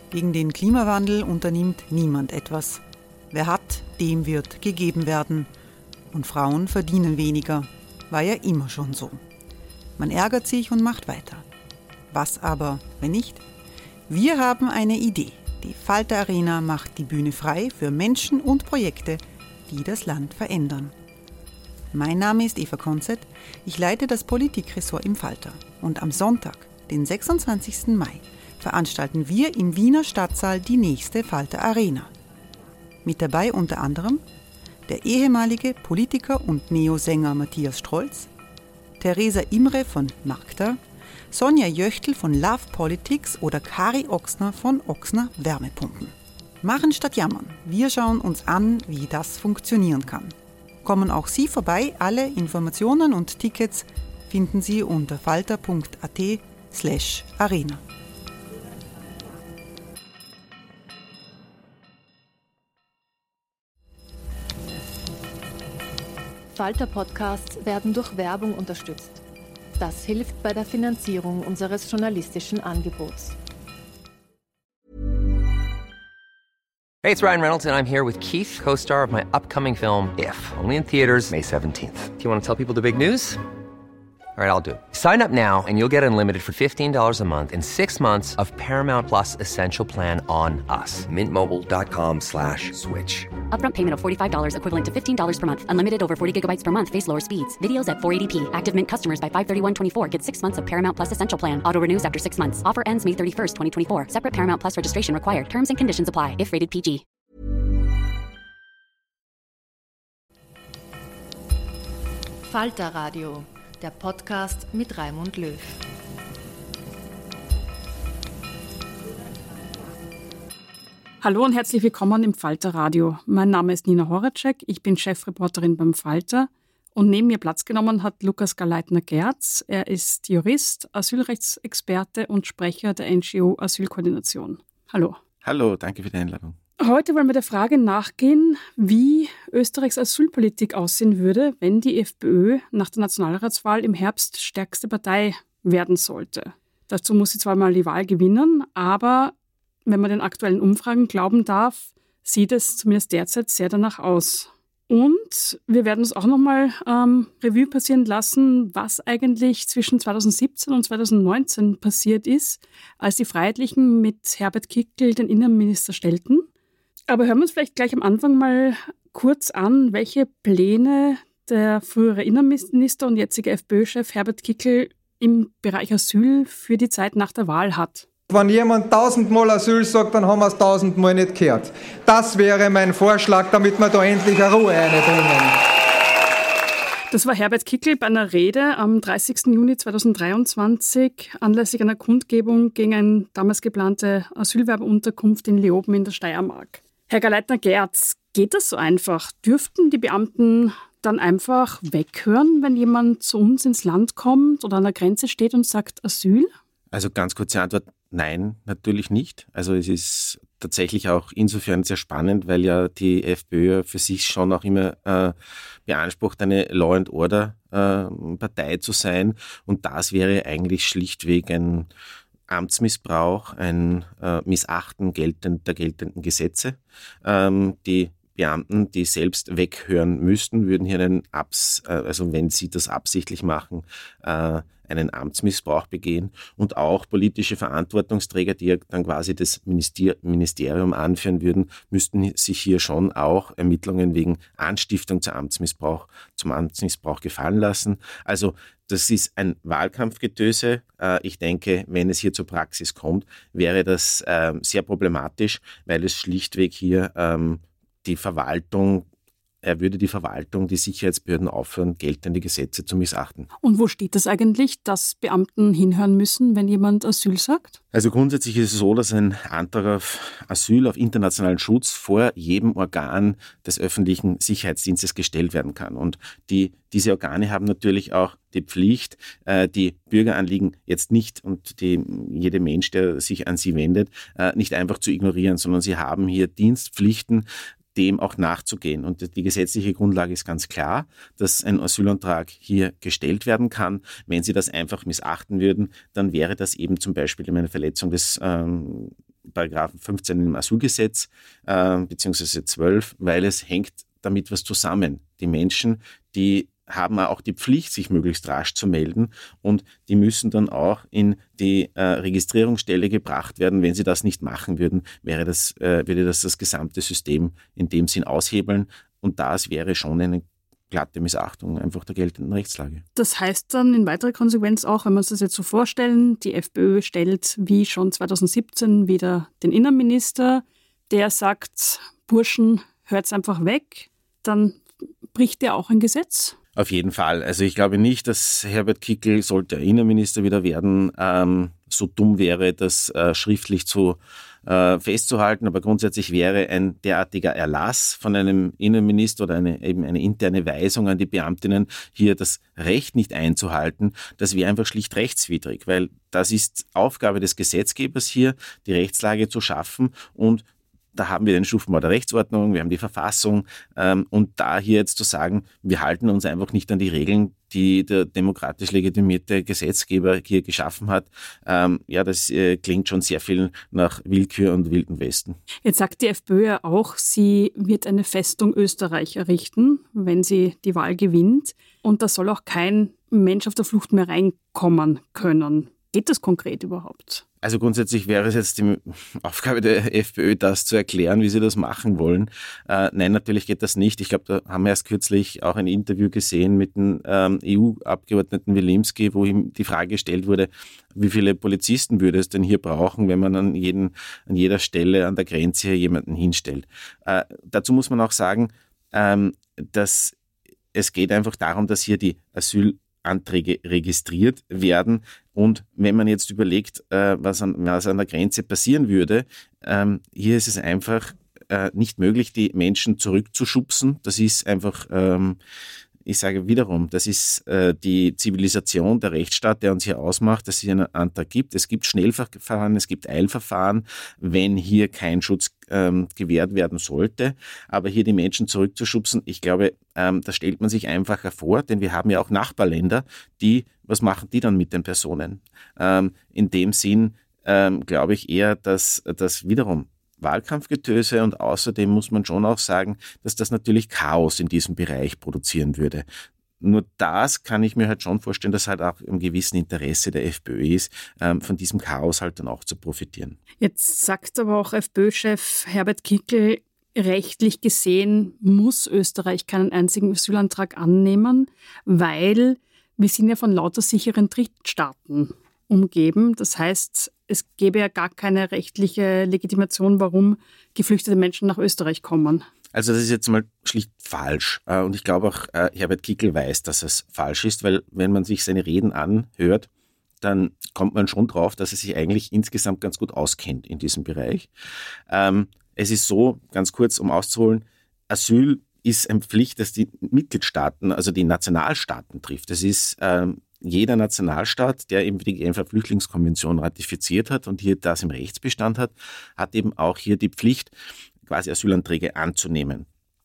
Gegen den Klimawandel unternimmt niemand etwas. Wer hat, dem wird gegeben werden. Und Frauen verdienen weniger. War ja immer schon so. Man ärgert sich und macht weiter. Was aber, wenn nicht? Wir haben eine Idee. Die Falter Arena macht die Bühne frei für Menschen und Projekte, die das Land verändern. Mein Name ist Eva Konzett. Ich leite das Politikressort im Falter. Und am Sonntag, den 26. Mai, veranstalten wir im Wiener Stadtsaal die nächste Falter Arena. Mit dabei unter anderem der ehemalige Politiker und Neosänger Matthias Strolz, Theresa Imre von Magda, Sonja Jöchtl von Love Politics oder Kari Ochsner von Ochsner Wärmepumpen. Machen statt jammern. Wir schauen uns an, wie das funktionieren kann. Kommen auch Sie vorbei. Alle Informationen und Tickets finden Sie unter falter.at/arena. Falter-Podcasts werden durch Werbung unterstützt. Das hilft bei der Finanzierung unseres journalistischen Angebots. Hey, it's Ryan Reynolds, and I'm here with Keith, co-star of my upcoming film, If, only in theaters May 17th. Do you want to tell people the big news? All right, I'll do it. Sign up now and you'll get unlimited for $15 a month and 6 months of Paramount Plus Essential Plan on us. MintMobile.com/switch. Upfront payment of $45 equivalent to $15 per month. Unlimited over 40 gigabytes per month. Face lower speeds. Videos at 480p. Active Mint customers by 531.24 get 6 months of Paramount Plus Essential Plan. Auto renews after 6 months. Offer ends May 31st, 2024. Separate Paramount Plus registration required. Terms and conditions apply if rated PG. Falter Radio, der Podcast mit Raimund Löw. Hallo und herzlich willkommen im Falter Radio. Mein Name ist Nina Horacek, ich bin Chefreporterin beim Falter und neben mir Platz genommen hat Lukas Galeitner-Gerz. Er ist Jurist, Asylrechtsexperte und Sprecher der NGO Asylkoordination. Hallo. Hallo, danke für die Einladung. Heute wollen wir der Frage nachgehen, wie Österreichs Asylpolitik aussehen würde, wenn die FPÖ nach der Nationalratswahl im Herbst stärkste Partei werden sollte. Dazu muss sie zwar mal die Wahl gewinnen, aber wenn man den aktuellen Umfragen glauben darf, sieht es zumindest derzeit sehr danach aus. Und wir werden uns auch nochmal Revue passieren lassen, was eigentlich zwischen 2017 und 2019 passiert ist, als die Freiheitlichen mit Herbert Kickl den Innenminister stellten. Aber hören wir uns vielleicht gleich am Anfang mal kurz an, welche Pläne der frühere Innenminister und jetzige FPÖ-Chef Herbert Kickl im Bereich Asyl für die Zeit nach der Wahl hat. Wenn jemand 1000-mal Asyl sagt, dann haben wir es 1000-mal nicht gehört. Das wäre mein Vorschlag, damit wir da endlich eine Ruhe reinbringen. Das war Herbert Kickl bei einer Rede am 30. Juni 2023 anlässlich einer Kundgebung gegen eine damals geplante Asylwerbeunterkunft in Leoben in der Steiermark. Herr Galeitner-Gerz, geht das so einfach? Dürften die Beamten dann einfach weghören, wenn jemand zu uns ins Land kommt oder an der Grenze steht und sagt Asyl? Also ganz kurze Antwort, nein, natürlich nicht. Also es ist tatsächlich auch insofern sehr spannend, weil ja die FPÖ für sich schon auch immer beansprucht, eine Law and Order Partei zu sein. Und das wäre eigentlich schlichtweg ein Amtsmissbrauch, ein Missachten der geltenden Gesetze. Die Beamten, die selbst weghören müssten, würden hier also wenn sie das absichtlich machen, einen Amtsmissbrauch begehen, und auch politische Verantwortungsträger, die dann quasi das Ministerium anführen würden, müssten sich hier schon auch Ermittlungen wegen Anstiftung zum Amtsmissbrauch gefallen lassen. Also das ist ein Wahlkampfgetöse. Ich denke, wenn es hier zur Praxis kommt, wäre das sehr problematisch, weil es schlichtweg hier würde die Verwaltung, die Sicherheitsbehörden aufhören, geltende Gesetze zu missachten. Und wo steht das eigentlich, dass Beamten hinhören müssen, wenn jemand Asyl sagt? Also grundsätzlich ist es so, dass ein Antrag auf Asyl, auf internationalen Schutz vor jedem Organ des öffentlichen Sicherheitsdienstes gestellt werden kann. Und diese Organe haben natürlich auch die Pflicht, die Bürgeranliegen jetzt nicht und jeder Mensch, der sich an sie wendet, nicht einfach zu ignorieren, sondern sie haben hier Dienstpflichten, dem auch nachzugehen. Und die gesetzliche Grundlage ist ganz klar, dass ein Asylantrag hier gestellt werden kann. Wenn Sie das einfach missachten würden, dann wäre das eben zum Beispiel eine Verletzung des Paragraphen 15 im Asylgesetz, beziehungsweise 12, weil es hängt damit was zusammen. Die Menschen, die haben auch die Pflicht, sich möglichst rasch zu melden und die müssen dann auch in die Registrierungsstelle gebracht werden. Wenn sie das nicht machen würden, würde das gesamte System in dem Sinn aushebeln und das wäre schon eine glatte Missachtung einfach der geltenden Rechtslage. Das heißt dann in weiterer Konsequenz auch, wenn wir uns das jetzt so vorstellen, die FPÖ stellt wie schon 2017 wieder den Innenminister, der sagt, Burschen, hört's einfach weg, dann bricht der auch ein Gesetz? Auf jeden Fall. Also ich glaube nicht, dass Herbert Kickl, sollte er Innenminister wieder werden, so dumm wäre, das schriftlich festzuhalten. Aber grundsätzlich wäre ein derartiger Erlass von einem Innenminister oder eine interne Weisung an die Beamtinnen, hier das Recht nicht einzuhalten, das wäre einfach schlicht rechtswidrig, weil das ist Aufgabe des Gesetzgebers hier, die Rechtslage zu schaffen und da haben wir den Stufenbau der Rechtsordnung, wir haben die Verfassung und da hier jetzt zu sagen, wir halten uns einfach nicht an die Regeln, die der demokratisch legitimierte Gesetzgeber hier geschaffen hat, das klingt schon sehr viel nach Willkür und Wilden Westen. Jetzt sagt die FPÖ ja auch, sie wird eine Festung Österreich errichten, wenn sie die Wahl gewinnt und da soll auch kein Mensch auf der Flucht mehr reinkommen können. Geht das konkret überhaupt? Also grundsätzlich wäre es jetzt die Aufgabe der FPÖ, das zu erklären, wie sie das machen wollen. Nein, natürlich geht das nicht. Ich glaube, da haben wir erst kürzlich auch ein Interview gesehen mit dem EU-Abgeordneten Wilimski, wo ihm die Frage gestellt wurde, wie viele Polizisten würde es denn hier brauchen, wenn man an jeder Stelle an der Grenze hier jemanden hinstellt. Dazu muss man auch sagen, dass es geht einfach darum, dass hier die Asylanträge registriert werden. Und wenn man jetzt überlegt, was an der Grenze passieren würde, hier ist es einfach nicht möglich, die Menschen zurückzuschubsen. Das ist einfach, ich sage wiederum, das ist die Zivilisation, der Rechtsstaat, der uns hier ausmacht, dass es hier einen Antrag gibt. Es gibt Schnellverfahren, es gibt Eilverfahren, wenn hier kein Schutz gewährt werden sollte. Aber hier die Menschen zurückzuschubsen, ich glaube, das stellt man sich einfacher vor, denn wir haben ja auch Nachbarländer, was machen die dann mit den Personen? In dem Sinn glaube ich eher, dass das wiederum Wahlkampfgetöse und außerdem muss man schon auch sagen, dass das natürlich Chaos in diesem Bereich produzieren würde. Nur das kann ich mir halt schon vorstellen, dass halt auch im gewissen Interesse der FPÖ ist, von diesem Chaos halt dann auch zu profitieren. Jetzt sagt aber auch FPÖ-Chef Herbert Kickl, rechtlich gesehen muss Österreich keinen einzigen Asylantrag annehmen, weil wir sind ja von lauter sicheren Drittstaaten umgeben. Das heißt, es gäbe ja gar keine rechtliche Legitimation, warum geflüchtete Menschen nach Österreich kommen. Also das ist jetzt mal schlicht falsch. Und ich glaube auch, Herbert Kickl weiß, dass es falsch ist, weil wenn man sich seine Reden anhört, dann kommt man schon drauf, dass er sich eigentlich insgesamt ganz gut auskennt in diesem Bereich. Es ist so, ganz kurz, um auszuholen, Asyl ist eine Pflicht, dass die Mitgliedstaaten, also die Nationalstaaten trifft. Das ist jeder Nationalstaat, der eben die Genfer Flüchtlingskonvention ratifiziert hat und hier das im Rechtsbestand hat, hat eben auch hier die Pflicht, quasi Asylanträge anzunehmen.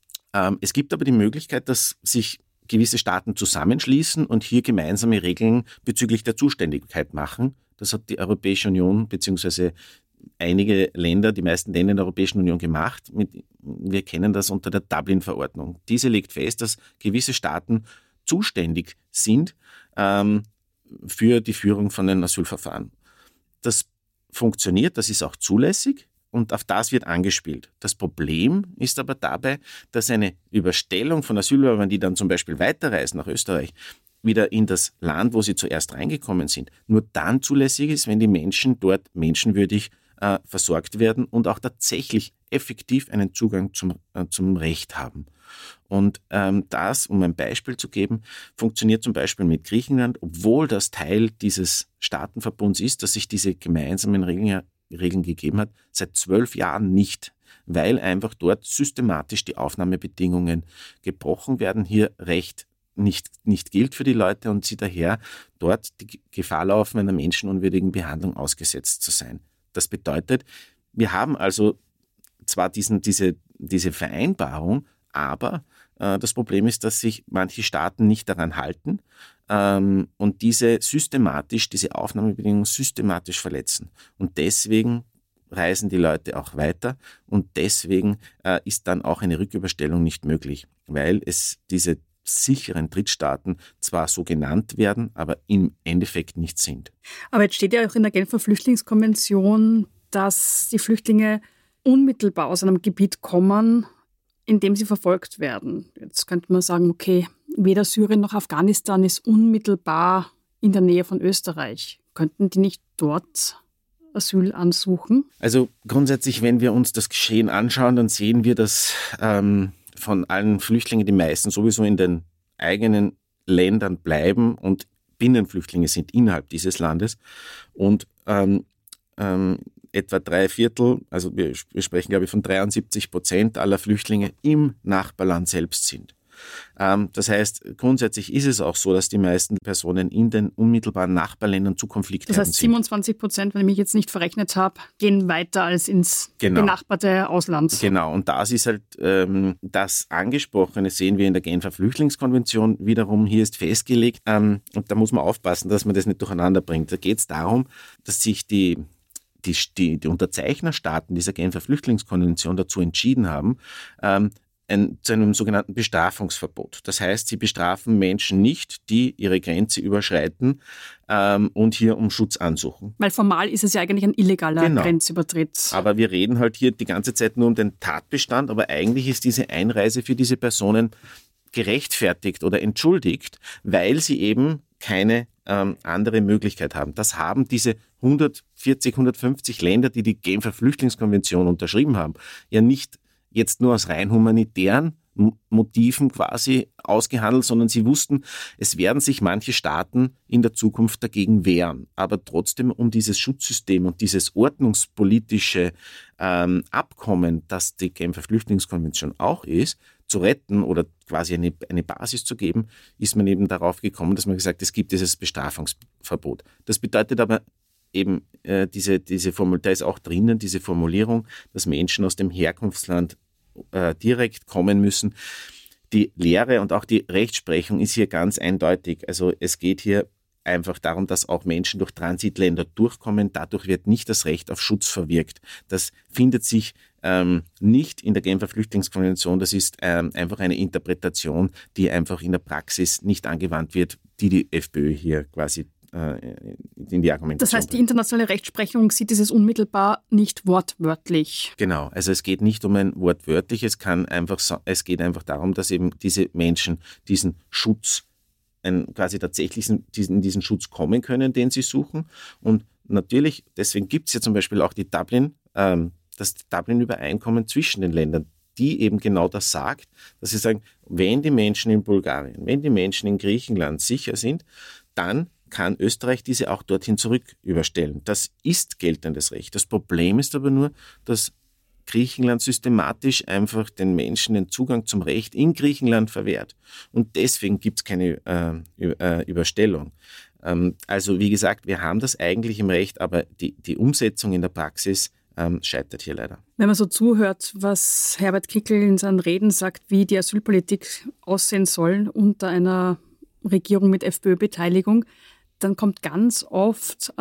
Es gibt aber die Möglichkeit, dass sich gewisse Staaten zusammenschließen und hier gemeinsame Regeln bezüglich der Zuständigkeit machen. Das hat die Europäische Union bzw. einige Länder, die meisten Länder in der Europäischen Union gemacht. Wir kennen das unter der Dublin-Verordnung. Diese legt fest, dass gewisse Staaten zuständig sind für die Führung von den Asylverfahren. Das funktioniert, das ist auch zulässig. Und auf das wird angespielt. Das Problem ist aber dabei, dass eine Überstellung von Asylbewerbern, die dann zum Beispiel weiterreisen nach Österreich, wieder in das Land, wo sie zuerst reingekommen sind, nur dann zulässig ist, wenn die Menschen dort menschenwürdig versorgt werden und auch tatsächlich effektiv einen Zugang zum Recht haben. Und das, um ein Beispiel zu geben, funktioniert zum Beispiel mit Griechenland, obwohl das Teil dieses Staatenverbunds ist, dass sich diese gemeinsamen Regeln gegeben hat, seit 12 Jahren nicht, weil einfach dort systematisch die Aufnahmebedingungen gebrochen werden, hier Recht nicht gilt für die Leute und sie daher dort die Gefahr laufen, einer menschenunwürdigen Behandlung ausgesetzt zu sein. Das bedeutet, wir haben also zwar diese Vereinbarung, aber das Problem ist, dass sich manche Staaten nicht daran halten und diese Aufnahmebedingungen systematisch verletzen. Und deswegen reisen die Leute auch weiter und deswegen ist dann auch eine Rücküberstellung nicht möglich, weil es diese sicheren Drittstaaten zwar so genannt werden, aber im Endeffekt nicht sind. Aber jetzt steht ja auch in der Genfer Flüchtlingskonvention, dass die Flüchtlinge unmittelbar aus einem Gebiet kommen, in dem sie verfolgt werden. Jetzt könnte man sagen, okay, weder Syrien noch Afghanistan ist unmittelbar in der Nähe von Österreich. Könnten die nicht dort Asyl ansuchen? Also grundsätzlich, wenn wir uns das Geschehen anschauen, dann sehen wir, dass von allen Flüchtlingen die meisten sowieso in den eigenen Ländern bleiben und Binnenflüchtlinge sind innerhalb dieses Landes und etwa 3/4, also wir sprechen glaube ich von 73% aller Flüchtlinge im Nachbarland selbst sind. Das heißt, grundsätzlich ist es auch so, dass die meisten Personen in den unmittelbaren Nachbarländern zu Konfliktherden sind. Das heißt 27%, wenn ich mich jetzt nicht verrechnet habe, gehen weiter als ins benachbarte Ausland. Genau, und das ist halt das Angesprochene, sehen wir in der Genfer Flüchtlingskonvention wiederum, hier ist festgelegt, und da muss man aufpassen, dass man das nicht durcheinander bringt. Da geht es darum, dass sich die Unterzeichnerstaaten dieser Genfer Flüchtlingskonvention dazu entschieden haben, zu einem sogenannten Bestrafungsverbot. Das heißt, sie bestrafen Menschen nicht, die ihre Grenze überschreiten und hier um Schutz ansuchen. Weil formal ist es ja eigentlich ein illegaler Grenzübertritt. Aber wir reden halt hier die ganze Zeit nur um den Tatbestand, aber eigentlich ist diese Einreise für diese Personen gerechtfertigt oder entschuldigt, weil sie eben keine andere Möglichkeit haben. Das haben diese 140, 150 Länder, die die Genfer Flüchtlingskonvention unterschrieben haben, ja nicht jetzt nur aus rein humanitären Motiven quasi ausgehandelt, sondern sie wussten, es werden sich manche Staaten in der Zukunft dagegen wehren. Aber trotzdem, um dieses Schutzsystem und dieses ordnungspolitische Abkommen, das die Genfer Flüchtlingskonvention auch ist, zu retten oder quasi eine Basis zu geben, ist man eben darauf gekommen, dass man gesagt hat, es gibt dieses Bestrafungsverbot. Das bedeutet aber eben da ist auch drinnen diese Formulierung, dass Menschen aus dem Herkunftsland direkt kommen müssen. Die Lehre und auch die Rechtsprechung ist hier ganz eindeutig. Also es geht hier einfach darum, dass auch Menschen durch Transitländer durchkommen. Dadurch wird nicht das Recht auf Schutz verwirkt. Das findet sich nicht in der Genfer Flüchtlingskonvention. Das ist einfach eine Interpretation, die einfach in der Praxis nicht angewandt wird, die FPÖ hier quasi in die Argumentation. Das heißt, die internationale Rechtsprechung sieht dieses unmittelbar nicht wortwörtlich. Genau, also es geht nicht um ein wortwörtliches, es geht einfach darum, dass eben diese Menschen diesen Schutz, quasi tatsächlich in diesen Schutz kommen können, den sie suchen. Und natürlich, deswegen gibt es ja zum Beispiel auch das Dublin-Übereinkommen zwischen den Ländern, die eben genau das sagt, dass sie sagen, wenn die Menschen in Bulgarien, wenn die Menschen in Griechenland sicher sind, dann kann Österreich diese auch dorthin zurück überstellen. Das ist geltendes Recht. Das Problem ist aber nur, dass Griechenland systematisch einfach den Menschen den Zugang zum Recht in Griechenland verwehrt. Und deswegen gibt es keine Überstellung. Also wie gesagt, wir haben das eigentlich im Recht, aber die Umsetzung in der Praxis scheitert hier leider. Wenn man so zuhört, was Herbert Kickl in seinen Reden sagt, wie die Asylpolitik aussehen soll unter einer Regierung mit FPÖ-Beteiligung, dann kommt ganz oft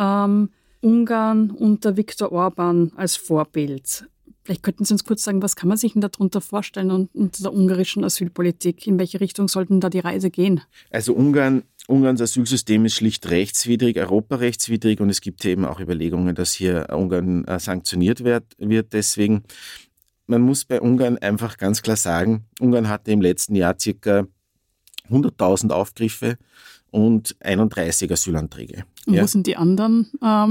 Ungarn unter Viktor Orbán als Vorbild. Vielleicht könnten Sie uns kurz sagen, was kann man sich denn darunter vorstellen unter der ungarischen Asylpolitik? In welche Richtung sollten da die Reise gehen? Also Ungarns Asylsystem ist schlicht rechtswidrig, europarechtswidrig und es gibt eben auch Überlegungen, dass hier Ungarn sanktioniert wird. Deswegen, man muss bei Ungarn einfach ganz klar sagen, Ungarn hatte im letzten Jahr ca. 100.000 Aufgriffe und 31 Asylanträge. Und wo sind die anderen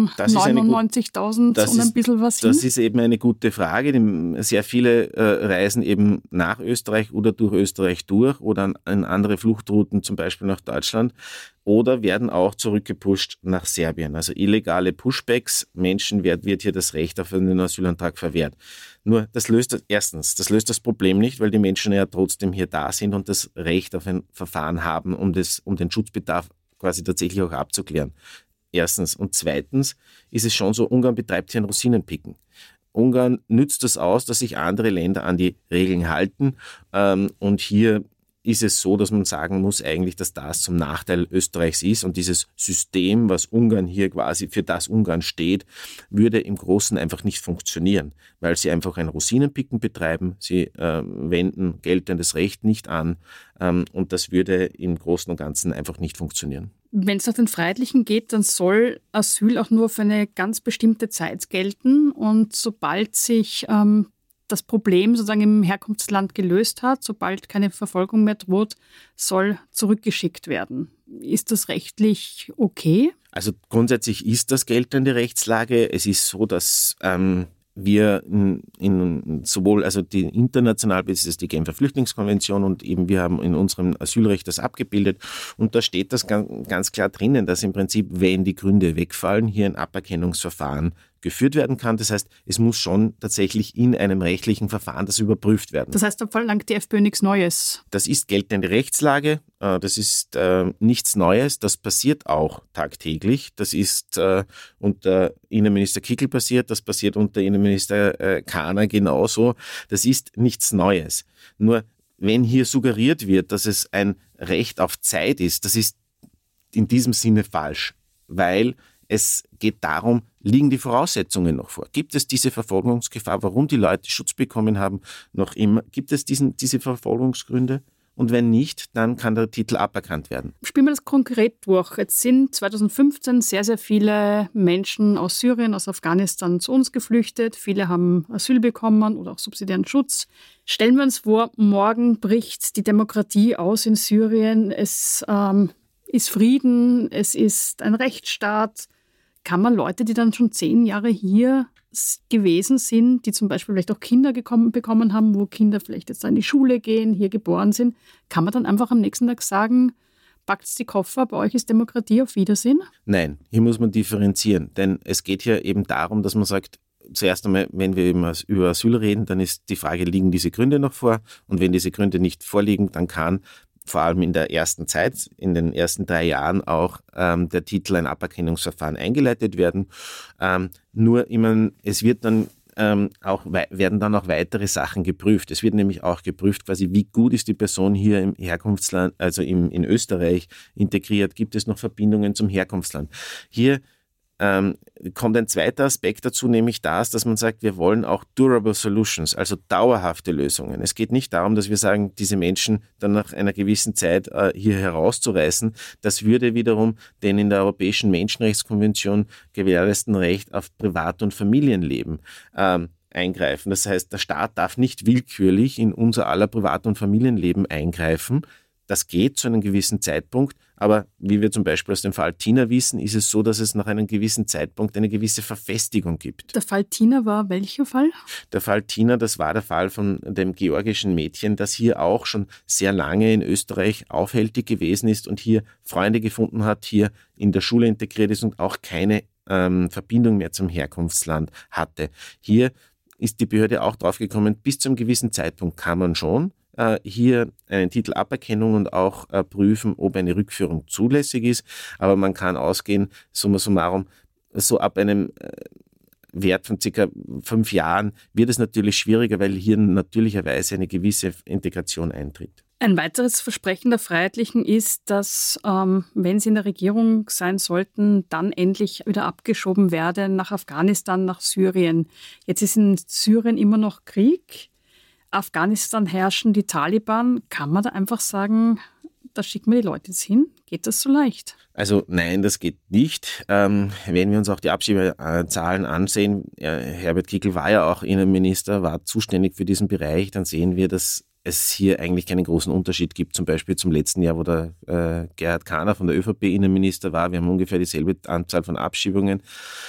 99.000 und ein bisschen was hin? Das ist eben eine gute Frage. Sehr viele reisen eben nach Österreich oder durch Österreich durch oder an andere Fluchtrouten, zum Beispiel nach Deutschland, oder werden auch zurückgepusht nach Serbien. Also illegale Pushbacks, Menschen wird hier das Recht auf einen Asylantrag verwehrt. Nur das löst das Problem nicht, weil die Menschen ja trotzdem hier da sind und das Recht auf ein Verfahren haben, um den Schutzbedarf quasi tatsächlich auch abzuklären. Erstens. Und zweitens ist es schon so, Ungarn betreibt hier ein Rosinenpicken. Ungarn nützt das aus, dass sich andere Länder an die Regeln halten und hier ist es so, dass man sagen muss eigentlich, dass das zum Nachteil Österreichs ist und dieses System, was Ungarn hier quasi, für das Ungarn steht, würde im Großen einfach nicht funktionieren, weil sie einfach ein Rosinenpicken betreiben, sie wenden geltendes Recht nicht an und das würde im Großen und Ganzen einfach nicht funktionieren. Wenn es nach den Freiheitlichen geht, dann soll Asyl auch nur für eine ganz bestimmte Zeit gelten und sobald sich das Problem sozusagen im Herkunftsland gelöst hat, sobald keine Verfolgung mehr droht, soll zurückgeschickt werden. Ist das rechtlich okay? Also grundsätzlich ist das geltende Rechtslage. Es ist so, dass wir in sowohl also die international, das ist die Genfer Flüchtlingskonvention und eben wir haben in unserem Asylrecht das abgebildet und da steht das ganz klar drinnen, dass im Prinzip, wenn die Gründe wegfallen, hier ein Aberkennungsverfahren geführt werden kann. Das heißt, es muss schon tatsächlich in einem rechtlichen Verfahren das überprüft werden. Das heißt, da verlangt die FPÖ nichts Neues? Das ist geltende Rechtslage, das ist nichts Neues, das passiert auch tagtäglich. Das ist unter Innenminister Kickl passiert, das passiert unter Innenminister Kahner genauso. Das ist nichts Neues. Nur wenn hier suggeriert wird, dass es ein Recht auf Zeit ist, das ist in diesem Sinne falsch, weil es geht darum, liegen die Voraussetzungen noch vor? Gibt es diese Verfolgungsgefahr, warum die Leute Schutz bekommen haben, noch immer? Gibt es diese Verfolgungsgründe? Und wenn nicht, dann kann der Titel aberkannt werden. Spielen wir das konkret durch. Jetzt sind 2015 sehr, sehr viele Menschen aus Syrien, aus Afghanistan zu uns geflüchtet. Viele haben Asyl bekommen oder auch subsidiären Schutz. Stellen wir uns vor, morgen bricht die Demokratie aus in Syrien. Es ist Frieden, es ist ein Rechtsstaat. Kann man Leute, die dann schon 10 Jahre hier gewesen sind, die zum Beispiel vielleicht auch Kinder bekommen haben, wo Kinder vielleicht jetzt in die Schule gehen, hier geboren sind, kann man dann einfach am nächsten Tag sagen, packt die Koffer, bei euch ist Demokratie, auf Wiedersehen? Nein, hier muss man differenzieren, denn es geht hier eben darum, dass man sagt, zuerst einmal, wenn wir über Asyl reden, dann ist die Frage, liegen diese Gründe noch vor? Und wenn diese Gründe nicht vorliegen, dann kann vor allem in der ersten Zeit, in den ersten 3 Jahren auch der Titel ein Aberkennungsverfahren eingeleitet werden. Nur immer, es wird dann werden dann auch weitere Sachen geprüft. Es wird nämlich auch geprüft, quasi wie gut ist die Person hier im Herkunftsland, also in Österreich integriert, gibt es noch Verbindungen zum Herkunftsland. Hier kommt ein zweiter Aspekt dazu, nämlich das, dass man sagt, wir wollen auch durable solutions, also dauerhafte Lösungen. Es geht nicht darum, dass wir sagen, diese Menschen dann nach einer gewissen Zeit hier herauszureißen. Das würde wiederum den in der Europäischen Menschenrechtskonvention gewährleisteten Recht auf Privat- und Familienleben eingreifen. Das heißt, der Staat darf nicht willkürlich in unser aller Privat- und Familienleben eingreifen. Das geht zu einem gewissen Zeitpunkt, aber wie wir zum Beispiel aus dem Fall Tina wissen, ist es so, dass es nach einem gewissen Zeitpunkt eine gewisse Verfestigung gibt. Der Fall Tina war welcher Fall? Der Fall Tina, das war der Fall von dem georgischen Mädchen, das hier auch schon sehr lange in Österreich aufhältig gewesen ist und hier Freunde gefunden hat, hier in der Schule integriert ist und auch keine Verbindung mehr zum Herkunftsland hatte. Hier ist die Behörde auch draufgekommen, bis zu einem gewissen Zeitpunkt kann man schon hier einen Titel Aberkennung und auch prüfen, ob eine Rückführung zulässig ist. Aber man kann ausgehen, summa summarum, so ab einem Wert von ca. 5 Jahren wird es natürlich schwieriger, weil hier natürlicherweise eine gewisse Integration eintritt. Ein weiteres Versprechen der Freiheitlichen ist, dass, wenn sie in der Regierung sein sollten, dann endlich wieder abgeschoben werden nach Afghanistan, nach Syrien. Jetzt ist in Syrien immer noch Krieg. Afghanistan herrschen die Taliban. Kann man da einfach sagen, da schicken wir die Leute jetzt hin? Geht das so leicht? Also nein, das geht nicht. Wenn wir uns auch die Abschiebezahlen ansehen, Herbert Kickl war ja auch Innenminister, war zuständig für diesen Bereich, dann sehen wir, dass es hier eigentlich keinen großen Unterschied gibt, zum Beispiel zum letzten Jahr, wo der Gerhard Kahner von der ÖVP Innenminister war. Wir haben ungefähr dieselbe Anzahl von Abschiebungen.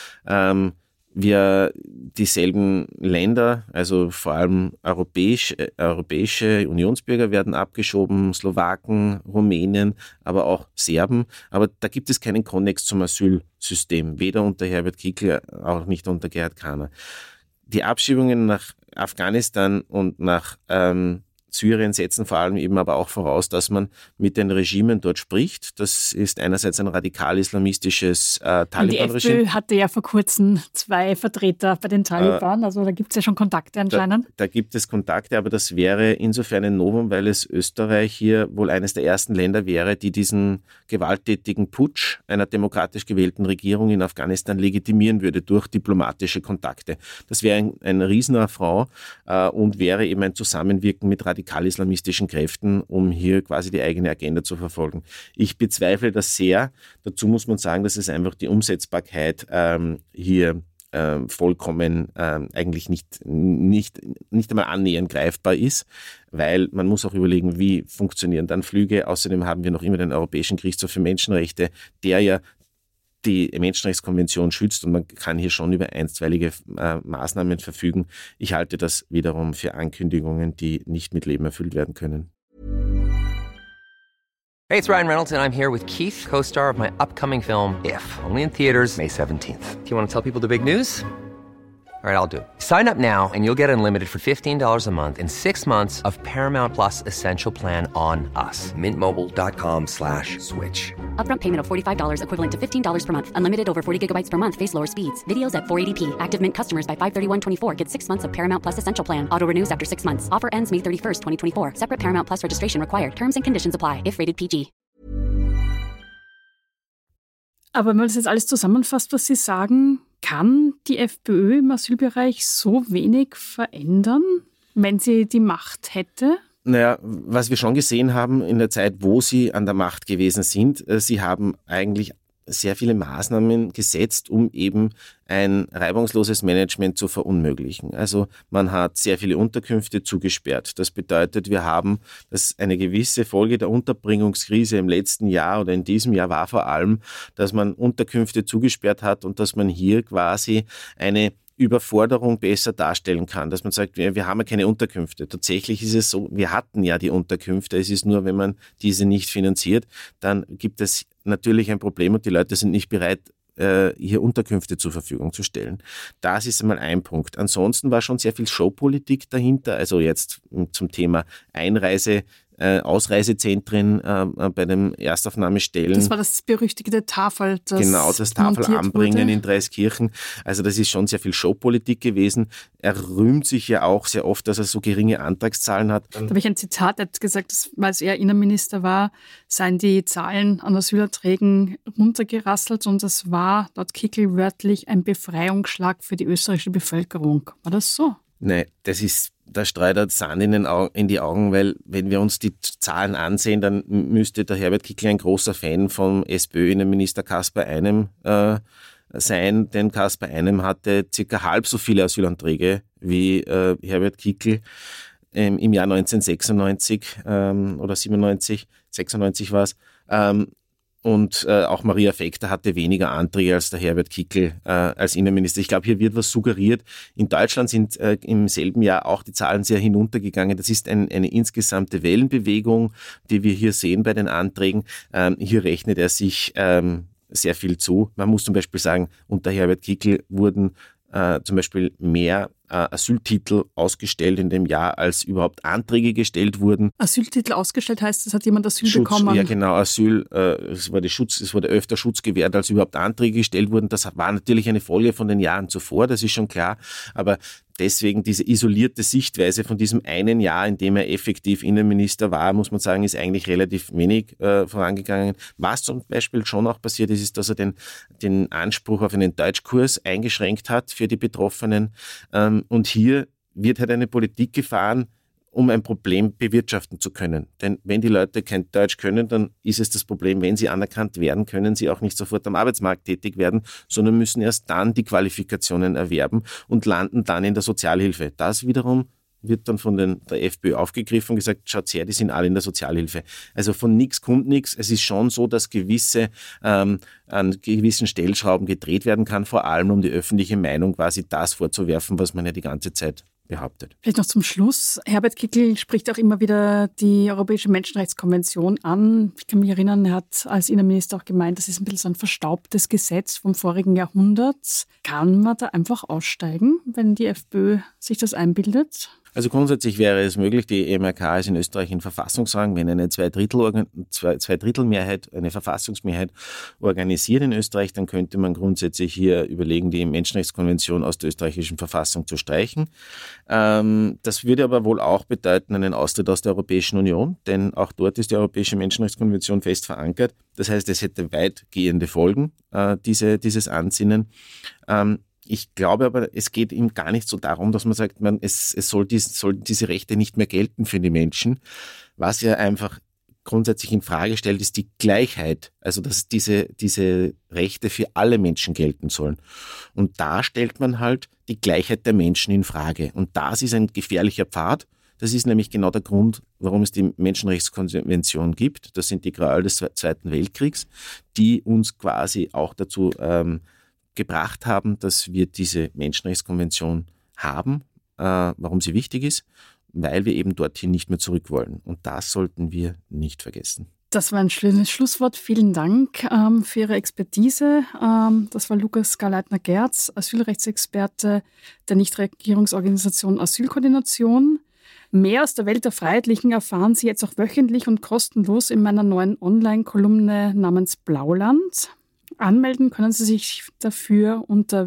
Wir dieselben Länder, also vor allem europäische Unionsbürger werden abgeschoben, Slowaken, Rumänen, aber auch Serben. Aber da gibt es keinen Konnex zum Asylsystem, weder unter Herbert Kickl, auch nicht unter Gerhard Kahner. Die Abschiebungen nach Afghanistan und nach Syrien setzen vor allem eben aber auch voraus, dass man mit den Regimen dort spricht. Das ist einerseits ein radikal-islamistisches Taliban-Regime. Die FPÖ hatte ja vor kurzem 2 Vertreter bei den Taliban, also da gibt es ja schon Kontakte anscheinend. Da gibt es Kontakte, aber das wäre insofern ein Novum, weil es Österreich hier wohl eines der ersten Länder wäre, die diesen gewalttätigen Putsch einer demokratisch gewählten Regierung in Afghanistan legitimieren würde durch diplomatische Kontakte. Das wäre ein Riesenaffront und wäre eben ein Zusammenwirken mit radikal-islamistischen Kräften, um hier quasi die eigene Agenda zu verfolgen. Ich bezweifle das sehr. Dazu muss man sagen, dass es einfach die Umsetzbarkeit hier vollkommen eigentlich nicht einmal annähernd greifbar ist, weil man muss auch überlegen, wie funktionieren dann Flüge. Außerdem haben wir noch immer den Europäischen Gerichtshof für Menschenrechte, der ja die Menschenrechtskonvention schützt und man kann hier schon über einstweilige Maßnahmen verfügen. Ich halte das wiederum für Ankündigungen, die nicht mit Leben erfüllt werden können. Hey, it's Ryan Reynolds, and I'm here with Keith, co-star of my upcoming film, If, only in theaters May 17th. Do you want to tell people the big news? All right, I'll do it. Sign up now and you'll get unlimited for $15 a month and 6 months of Paramount Plus Essential Plan on us. MintMobile.com/switch. Upfront payment of $45 equivalent to $15 per month. Unlimited over 40 gigabytes per month. Face lower speeds. Videos at 480p. Active Mint customers by 531.24 get 6 months of Paramount Plus Essential Plan. Auto renews after 6 months. Offer ends May 31st, 2024. Separate Paramount Plus registration required. Terms and conditions apply if rated PG. Aber wenn man das jetzt alles zusammenfasst, was Sie sagen, kann die FPÖ im Asylbereich so wenig verändern, wenn sie die Macht hätte? Naja, was wir schon gesehen haben in der Zeit, wo sie an der Macht gewesen sind, sie haben eigentlich sehr viele Maßnahmen gesetzt, um eben ein reibungsloses Management zu verunmöglichen. Also man hat sehr viele Unterkünfte zugesperrt. Das bedeutet, wir haben, dass eine gewisse Folge der Unterbringungskrise im letzten Jahr oder in diesem Jahr war vor allem, dass man Unterkünfte zugesperrt hat und dass man hier quasi eine Überforderung besser darstellen kann, dass man sagt, wir haben ja keine Unterkünfte. Tatsächlich ist es so, wir hatten ja die Unterkünfte. Es ist nur, wenn man diese nicht finanziert, dann gibt es natürlich ein Problem und die Leute sind nicht bereit, hier Unterkünfte zur Verfügung zu stellen. Das ist einmal ein Punkt. Ansonsten war schon sehr viel Showpolitik dahinter, also jetzt zum Thema Ausreisezentren bei den Erstaufnahmestellen. Das war das berüchtigte Tafel, das Tafelanbringen in Dreiskirchen. Also das ist schon sehr viel Showpolitik gewesen. Er rühmt sich ja auch sehr oft, dass er so geringe Antragszahlen hat. Da habe ich ein Zitat, er hat gesagt, dass, als er Innenminister war, seien die Zahlen an Asylanträgen runtergerasselt und das war laut Kickl wörtlich ein Befreiungsschlag für die österreichische Bevölkerung. War das so? Nein, da streut er Sand in die Augen, weil wenn wir uns die Zahlen ansehen, dann müsste der Herbert Kickl ein großer Fan vom SPÖ-Innenminister Kaspar Einem sein, denn Kaspar Einem hatte circa halb so viele Asylanträge wie Herbert Kickl im Jahr 1996 oder 96 war es. Und auch Maria Fechter hatte weniger Anträge als der Herbert Kickl als Innenminister. Ich glaube, hier wird was suggeriert. In Deutschland sind im selben Jahr auch die Zahlen sehr hinuntergegangen. Das ist eine insgesamte Wellenbewegung, die wir hier sehen bei den Anträgen. Hier rechnet er sich sehr viel zu. Man muss zum Beispiel sagen, unter Herbert Kickl wurden zum Beispiel mehr Asyltitel ausgestellt in dem Jahr, als überhaupt Anträge gestellt wurden. Asyltitel ausgestellt heißt, es hat jemand Asyl bekommen? Ja, genau, Asyl. Es wurde öfter Schutz gewährt, als überhaupt Anträge gestellt wurden. Das war natürlich eine Folge von den Jahren zuvor, das ist schon klar. Aber deswegen diese isolierte Sichtweise von diesem einen Jahr, in dem er effektiv Innenminister war, muss man sagen, ist eigentlich relativ wenig vorangegangen. Was zum Beispiel schon auch passiert ist, ist, dass er den Anspruch auf einen Deutschkurs eingeschränkt hat für die Betroffenen. Und hier wird halt eine Politik gefahren, um ein Problem bewirtschaften zu können. Denn wenn die Leute kein Deutsch können, dann ist es das Problem, wenn sie anerkannt werden, können sie auch nicht sofort am Arbeitsmarkt tätig werden, sondern müssen erst dann die Qualifikationen erwerben und landen dann in der Sozialhilfe. Das wiederum wird dann von der FPÖ aufgegriffen und gesagt, schaut her, die sind alle in der Sozialhilfe. Also von nichts kommt nichts. Es ist schon so, dass an gewissen Stellschrauben gedreht werden kann, vor allem um die öffentliche Meinung quasi das vorzuwerfen, was man ja die ganze Zeit behauptet. Vielleicht noch zum Schluss. Herbert Kickl spricht auch immer wieder die Europäische Menschenrechtskonvention an. Ich kann mich erinnern, er hat als Innenminister auch gemeint, das ist ein bisschen so ein verstaubtes Gesetz vom vorigen Jahrhundert. Kann man da einfach aussteigen, wenn die FPÖ sich das einbildet? Also grundsätzlich wäre es möglich, die EMRK ist in Österreich in Verfassungsrang, wenn eine Zweidrittelmehrheit, eine Verfassungsmehrheit organisiert in Österreich, dann könnte man grundsätzlich hier überlegen, die Menschenrechtskonvention aus der österreichischen Verfassung zu streichen. Das würde aber wohl auch bedeuten einen Austritt aus der Europäischen Union, denn auch dort ist die Europäische Menschenrechtskonvention fest verankert. Das heißt, es hätte weitgehende Folgen, dieses Ansinnen. Ich glaube aber, es geht ihm gar nicht so darum, dass man sagt, es soll diese Rechte nicht mehr gelten für die Menschen. Was ja einfach grundsätzlich in Frage stellt, ist die Gleichheit. Also, dass diese Rechte für alle Menschen gelten sollen. Und da stellt man halt die Gleichheit der Menschen in Frage. Und das ist ein gefährlicher Pfad. Das ist nämlich genau der Grund, warum es die Menschenrechtskonvention gibt. Das sind die Gräuel des Zweiten Weltkriegs, die uns quasi auch dazu gebracht haben, dass wir diese Menschenrechtskonvention haben, warum sie wichtig ist, weil wir eben dorthin nicht mehr zurück wollen. Und das sollten wir nicht vergessen. Das war ein schönes Schlusswort. Vielen Dank für Ihre Expertise. Das war Lukas Garleitner-Gerz, Asylrechtsexperte der Nichtregierungsorganisation Asylkoordination. Mehr aus der Welt der Freiheitlichen erfahren Sie jetzt auch wöchentlich und kostenlos in meiner neuen Online-Kolumne namens Blauland. Anmelden können Sie sich dafür unter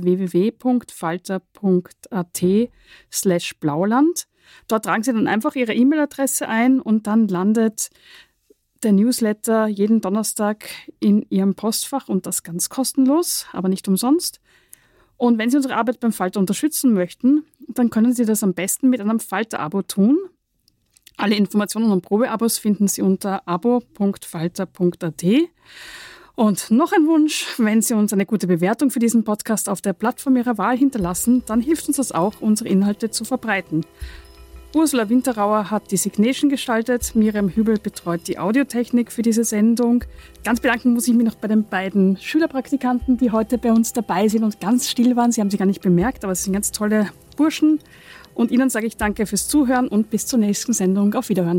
www.falter.at/Blauland. Dort tragen Sie dann einfach Ihre E-Mail-Adresse ein und dann landet der Newsletter jeden Donnerstag in Ihrem Postfach und das ganz kostenlos, aber nicht umsonst. Und wenn Sie unsere Arbeit beim Falter unterstützen möchten, dann können Sie das am besten mit einem Falter-Abo tun. Alle Informationen und Probeabos finden Sie unter abo.falter.at. Und noch ein Wunsch, wenn Sie uns eine gute Bewertung für diesen Podcast auf der Plattform Ihrer Wahl hinterlassen, dann hilft uns das auch, unsere Inhalte zu verbreiten. Ursula Winterauer hat die Signation gestaltet, Miriam Hübel betreut die Audiotechnik für diese Sendung. Ganz bedanken muss ich mich noch bei den beiden Schülerpraktikanten, die heute bei uns dabei sind und ganz still waren. Sie haben sie gar nicht bemerkt, aber es sind ganz tolle Burschen. Und Ihnen sage ich danke fürs Zuhören und bis zur nächsten Sendung. Auf Wiederhören.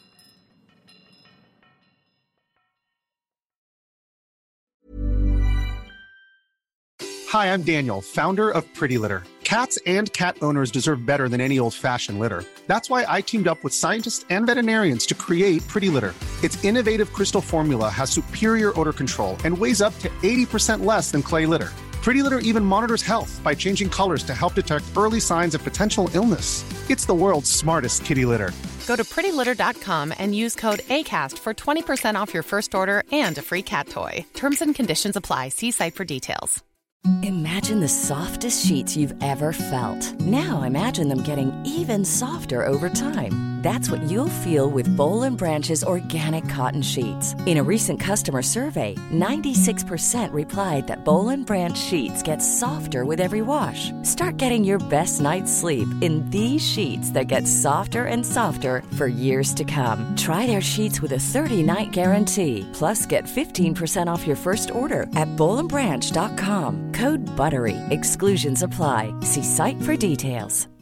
Hi, I'm Daniel, founder of Pretty Litter. Cats and cat owners deserve better than any old-fashioned litter. That's why I teamed up with scientists and veterinarians to create Pretty Litter. Its innovative crystal formula has superior odor control and weighs up to 80% less than clay litter. Pretty Litter even monitors health by changing colors to help detect early signs of potential illness. It's the world's smartest kitty litter. Go to prettylitter.com and use code ACAST for 20% off your first order and a free cat toy. Terms and conditions apply. See site for details. Imagine the softest sheets you've ever felt. Now imagine them getting even softer over time. That's what you'll feel with Boll & Branch's organic cotton sheets. In a recent customer survey, 96% replied that Boll & Branch sheets get softer with every wash. Start getting your best night's sleep in these sheets that get softer and softer for years to come. Try their sheets with a 30-night guarantee. Plus, get 15% off your first order at bollandbranch.com. Code BUTTERY. Exclusions apply. See site for details.